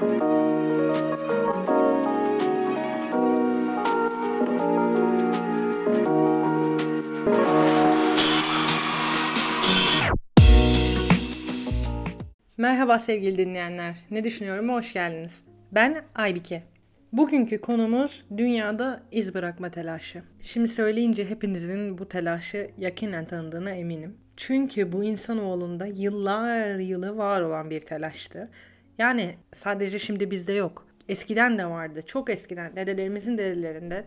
Merhaba sevgili dinleyenler. Ne düşünüyorum? Hoş geldiniz. Ben Aybike. Bugünkü konumuz dünyada iz bırakma telaşı. Şimdi söyleyince hepinizin bu telaşı yakinen tanıdığına eminim. Çünkü bu insanoğlunda yıllar yılı var olan bir telaştı. Yani sadece şimdi bizde yok. Eskiden de vardı. Çok eskiden. Dedelerimizin dedelerinde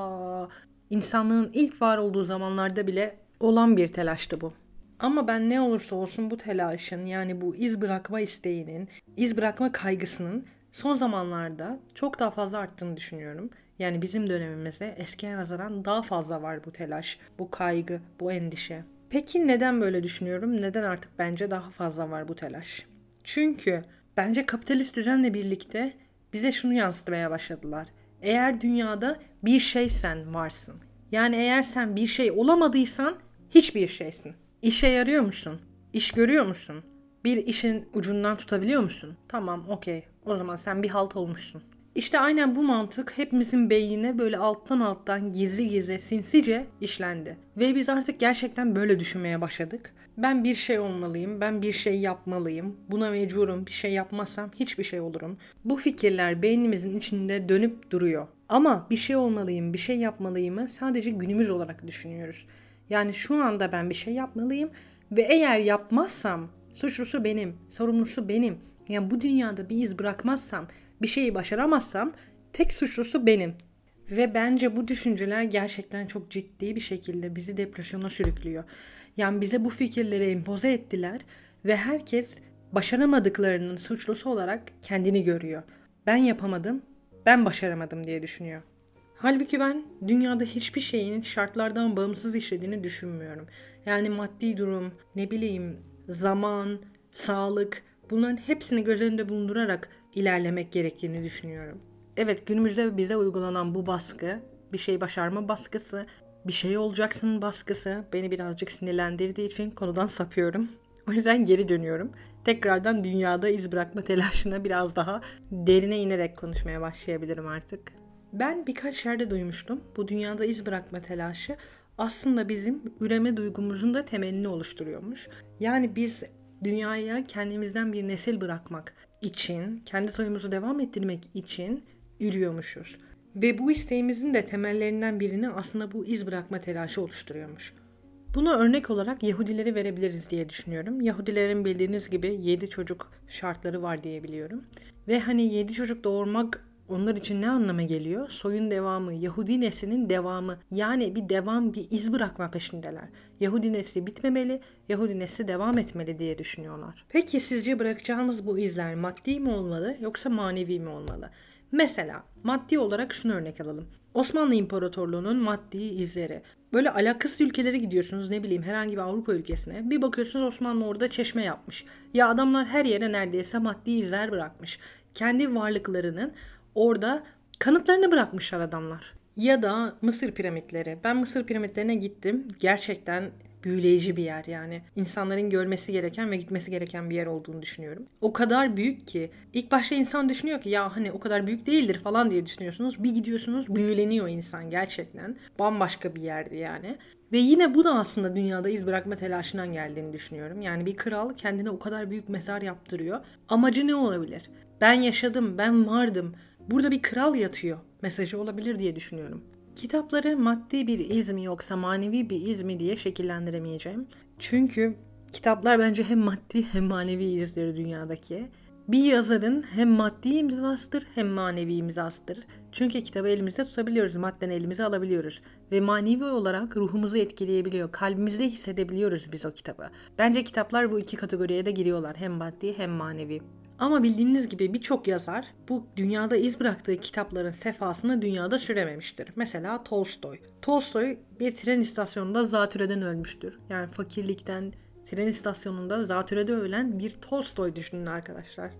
ta insanlığın ilk var olduğu zamanlarda bile olan bir telaştı bu. Ama ben ne olursa olsun bu telaşın, yani bu iz bırakma isteğinin, iz bırakma kaygısının son zamanlarda çok daha fazla arttığını düşünüyorum. Yani bizim dönemimizde eskiye nazaran daha fazla var bu telaş, bu kaygı, bu endişe. Peki neden böyle düşünüyorum? Neden artık bence daha fazla var bu telaş? Çünkü bence kapitalist düzenle birlikte bize şunu yansıtmaya başladılar. Eğer dünyada bir şeysen varsın. Yani eğer sen bir şey olamadıysan hiçbir şeysin. İşe yarıyor musun? İş görüyor musun? Bir işin ucundan tutabiliyor musun? Tamam, okey. O zaman sen bir halt olmuşsun. İşte aynen bu mantık hepimizin beynine böyle alttan gizli gizli sinsice işlendi. Ve biz artık gerçekten böyle düşünmeye başladık. Ben bir şey olmalıyım, ben bir şey yapmalıyım. Buna mecburum, bir şey yapmazsam hiçbir şey olurum. Bu fikirler beynimizin içinde dönüp duruyor. Ama bir şey olmalıyım, bir şey yapmalıyımı sadece günümüz olarak düşünüyoruz. Yani şu anda ben bir şey yapmalıyım ve eğer yapmazsam suçlusu benim, sorumlusu benim. Yani bu dünyada bir iz bırakmazsam, bir şeyi başaramazsam tek suçlusu benim. Ve bence bu düşünceler gerçekten çok ciddi bir şekilde bizi depresyona sürüklüyor. Yani bize bu fikirleri empoze ettiler ve herkes başaramadıklarının suçlusu olarak kendini görüyor. Ben yapamadım, ben başaramadım diye düşünüyor. Halbuki ben dünyada hiçbir şeyin şartlardan bağımsız işlediğini düşünmüyorum. Yani maddi durum, ne bileyim, zaman, sağlık, bunların hepsini göz önünde bulundurarak ilerlemek gerektiğini düşünüyorum. Evet, günümüzde bize uygulanan bu baskı, bir şey başarma baskısı, bir şey olacaksın baskısı beni birazcık sinirlendirdiği için konudan sapıyorum. O yüzden geri dönüyorum. Tekrardan dünyada iz bırakma telaşına biraz daha derine inerek konuşmaya başlayabilirim artık. Ben birkaç yerde duymuştum. Bu dünyada iz bırakma telaşı aslında bizim üreme duygumuzun da temelini oluşturuyormuş. Yani biz dünyaya kendimizden bir nesil bırakmak için, kendi soyumuzu devam ettirmek için ürüyormuşuz. Ve bu isteğimizin de temellerinden birini aslında bu iz bırakma telaşı oluşturuyormuş. Buna örnek olarak Yahudileri verebiliriz diye düşünüyorum. Yahudilerin bildiğiniz gibi 7 çocuk şartları var diye biliyorum. Ve hani 7 çocuk doğurmak onlar için ne anlama geliyor? Soyun devamı, Yahudi neslinin devamı. Yani bir devam, bir iz bırakma peşindeler. Yahudi nesli bitmemeli, Yahudi nesli devam etmeli diye düşünüyorlar. Peki sizce bırakacağımız bu izler maddi mi olmalı yoksa manevi mi olmalı? Mesela maddi olarak şunu örnek alalım. Osmanlı İmparatorluğu'nun maddi izleri. Böyle alakasız ülkelere gidiyorsunuz, ne bileyim, herhangi bir Avrupa ülkesine. Bir bakıyorsunuz Osmanlı orada çeşme yapmış. Ya adamlar her yere neredeyse maddi izler bırakmış. Kendi varlıklarının orada kanıtlarını bırakmışlar adamlar. Ya da Mısır piramitleri. Ben Mısır piramitlerine gittim. Gerçekten büyüleyici bir yer yani. İnsanların görmesi gereken ve gitmesi gereken bir yer olduğunu düşünüyorum. O kadar büyük ki ilk başta insan düşünüyor ki ya hani o kadar büyük değildir falan diye düşünüyorsunuz. Bir gidiyorsunuz, büyüleniyor insan gerçekten. Bambaşka bir yerdi yani. Ve yine bu da aslında dünyada iz bırakma telaşından geldiğini düşünüyorum. Yani bir kral kendine o kadar büyük mezar yaptırıyor. Amacı ne olabilir? Ben yaşadım, ben vardım. Burada bir kral yatıyor mesajı olabilir diye düşünüyorum. Kitapları maddi bir iz mi yoksa manevi bir iz mi diye şekillendiremeyeceğim. Çünkü kitaplar bence hem maddi hem manevi izleri dünyadaki. Bir yazarın hem maddi imzasıdır hem manevi imzasıdır. Çünkü kitabı elimizde tutabiliyoruz, madden elimize alabiliyoruz. Ve manevi olarak ruhumuzu etkileyebiliyor, kalbimizde hissedebiliyoruz biz o kitabı. Bence kitaplar bu iki kategoriye de giriyorlar, hem maddi hem manevi. Ama bildiğiniz gibi birçok yazar bu dünyada iz bıraktığı kitapların sefasını dünyada sürememiştir. Mesela Tolstoy. Tolstoy bir tren istasyonunda zatürreden ölmüştür. Yani fakirlikten tren istasyonunda zatürrede ölen bir Tolstoy düşünün arkadaşlar.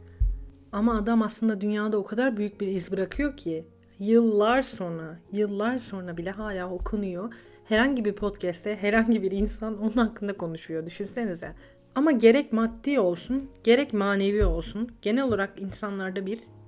Ama adam aslında dünyada o kadar büyük bir iz bırakıyor ki yıllar sonra bile hala okunuyor. Herhangi bir podcast'te herhangi bir insan onun hakkında konuşuyor. Düşünsenize. Ama gerek maddi olsun, gerek manevi olsun, genel olarak insanlarda bir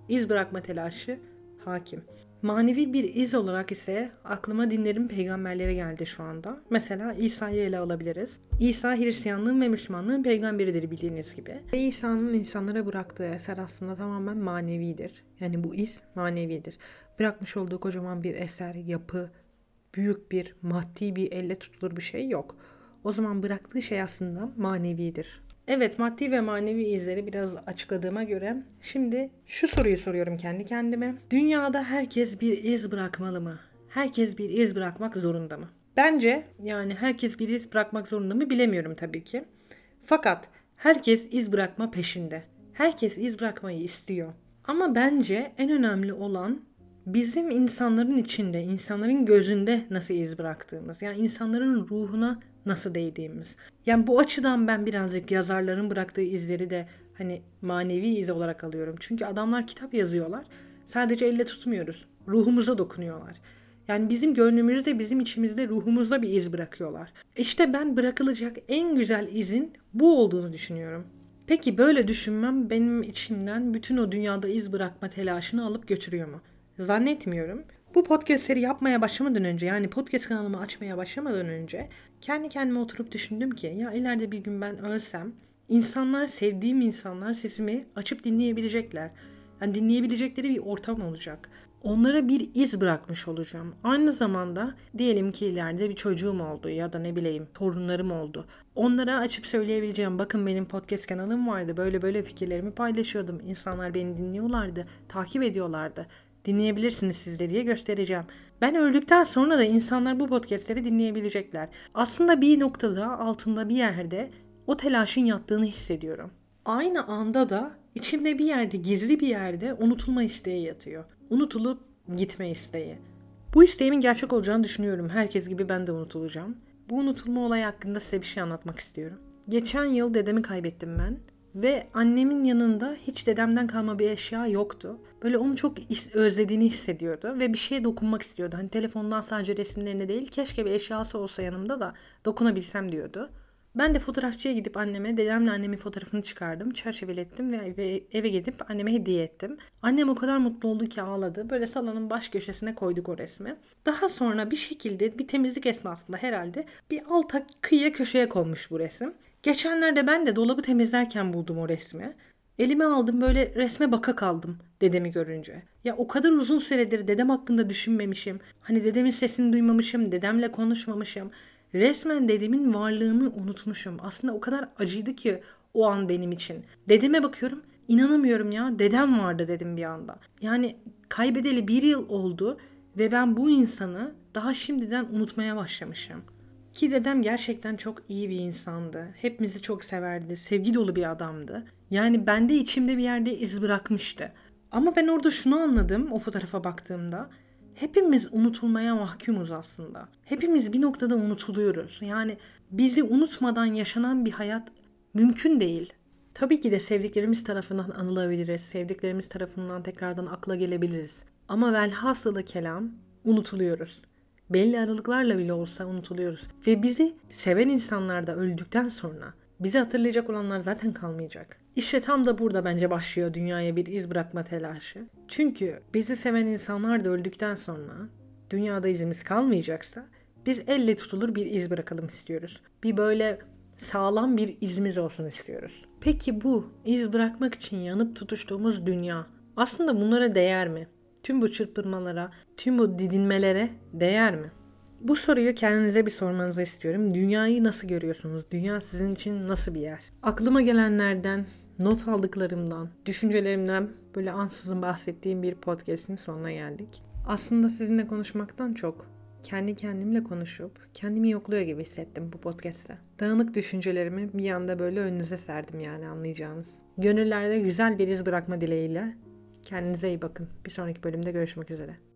iz bırakma telaşı hakim. Manevi bir iz olarak ise aklıma dinlerin peygamberleri geldi şu anda. Mesela İsa'yı ele alabiliriz. İsa Hristiyanlığın ve Müslümanlığın peygamberidir bildiğiniz gibi. Ve İsa'nın insanlara bıraktığı eser aslında tamamen manevidir. Yani bu iz manevidir. Bırakmış olduğu kocaman bir eser, yapı, büyük bir, maddi bir, elle tutulur bir şey yok. O zaman bıraktığı şey aslında manevidir. Evet, maddi ve manevi izleri biraz açıkladığıma göre şimdi şu soruyu soruyorum kendi kendime. Dünyada herkes bir iz bırakmalı mı? Herkes bir iz bırakmak zorunda mı? Bence yani herkes bir iz bırakmak zorunda mı bilemiyorum tabii ki. Fakat herkes iz bırakma peşinde. Herkes iz bırakmayı istiyor. Ama bence en önemli olan bizim insanların içinde, insanların gözünde nasıl iz bıraktığımız. Yani insanların ruhuna nasıl değdiğimiz. Yani bu açıdan ben birazcık yazarların bıraktığı izleri de hani manevi iz olarak alıyorum. Çünkü adamlar kitap yazıyorlar. Sadece elle tutmuyoruz. Ruhumuza dokunuyorlar. Yani bizim gönlümüzde, bizim içimizde, ruhumuzda bir iz bırakıyorlar. İşte ben bırakılacak en güzel izin bu olduğunu düşünüyorum. Peki böyle düşünmem benim içimden bütün o dünyada iz bırakma telaşını alıp götürüyor mu? Zannetmiyorum. Bu podcastleri yapmaya başlamadan önce, yani podcast kanalımı açmaya başlamadan önce kendi kendime oturup düşündüm ki ya ileride bir gün ben ölsem insanlar, sevdiğim insanlar sesimi açıp dinleyebilecekler. Yani dinleyebilecekleri bir ortam olacak. Onlara bir iz bırakmış olacağım. Aynı zamanda diyelim ki ileride bir çocuğum oldu ya da ne bileyim torunlarım oldu. Onlara açıp söyleyebileceğim, bakın benim podcast kanalım vardı, böyle böyle fikirlerimi paylaşıyordum. İnsanlar beni dinliyorlardı, takip ediyorlardı. Dinleyebilirsiniz siz de diye göstereceğim. Ben öldükten sonra da insanlar bu podcastleri dinleyebilecekler. Aslında bir noktada, altında bir yerde o telaşın yattığını hissediyorum. Aynı anda da içimde bir yerde, gizli bir yerde unutulma isteği yatıyor. Unutulup gitme isteği. Bu isteğimin gerçek olacağını düşünüyorum. Herkes gibi ben de unutulacağım. Bu unutulma olayı hakkında size bir şey anlatmak istiyorum. Geçen yıl dedemi kaybettim ben. Ve annemin yanında hiç dedemden kalma bir eşya yoktu. Böyle onu çok özlediğini hissediyordu ve bir şeye dokunmak istiyordu. Hani telefondan sadece resimlerine değil, keşke bir eşyası olsa yanımda da dokunabilsem diyordu. Ben de fotoğrafçıya gidip anneme, dedemle annemin fotoğrafını çıkardım, çerçevelettim ve eve gidip anneme hediye ettim. Annem o kadar mutlu oldu ki ağladı. Böyle salonun baş köşesine koyduk o resmi. Daha sonra bir şekilde bir temizlik esnasında herhalde bir alta kıyıya köşeye konmuş bu resim. Geçenlerde ben de dolabı temizlerken buldum o resmi. Elime aldım, böyle resme baka kaldım dedemi görünce. Ya o kadar uzun süredir dedem hakkında düşünmemişim. Hani dedemin sesini duymamışım, dedemle konuşmamışım. Resmen dedemin varlığını unutmuşum. Aslında o kadar acıydı ki o an benim için. Dedeme bakıyorum, inanamıyorum ya, dedem vardı dedim bir anda. Yani kaybedeli 1 yıl oldu ve ben bu insanı daha şimdiden unutmaya başlamışım. Ki dedem gerçekten çok iyi bir insandı. Hepimizi çok severdi. Sevgi dolu bir adamdı. Yani bende, içimde bir yerde iz bırakmıştı. Ama ben orada şunu anladım o fotoğrafa baktığımda. Hepimiz unutulmaya mahkumuz aslında. Hepimiz bir noktada unutuluyoruz. Yani bizi unutmadan yaşanan bir hayat mümkün değil. Tabii ki de sevdiklerimiz tarafından anılabiliriz. Sevdiklerimiz tarafından tekrardan akla gelebiliriz. Ama velhasılı kelam unutuluyoruz. Belli aralıklarla bile olsa unutuluyoruz. Ve bizi seven insanlar da öldükten sonra bizi hatırlayacak olanlar zaten kalmayacak. İşte tam da burada bence başlıyor dünyaya bir iz bırakma telaşı. Çünkü bizi seven insanlar da öldükten sonra dünyada izimiz kalmayacaksa biz elle tutulur bir iz bırakalım istiyoruz. Bir böyle sağlam bir izimiz olsun istiyoruz. Peki bu iz bırakmak için yanıp tutuştuğumuz dünya aslında bunlara değer mi? Tüm bu çırpınmalara, tüm bu didinmelere değer mi? Bu soruyu kendinize bir sormanızı istiyorum. Dünyayı nasıl görüyorsunuz? Dünya sizin için nasıl bir yer? Aklıma gelenlerden, not aldıklarımdan, düşüncelerimden böyle ansızın bahsettiğim bir podcast'in sonuna geldik. Aslında sizinle konuşmaktan çok kendi kendimle konuşup kendimi yokluyor gibi hissettim bu podcast'te. Dağınık düşüncelerimi bir anda böyle önünüze serdim, yani anlayacağınız. Gönüllerde güzel bir iz bırakma dileğiyle kendinize iyi bakın. Bir sonraki bölümde görüşmek üzere.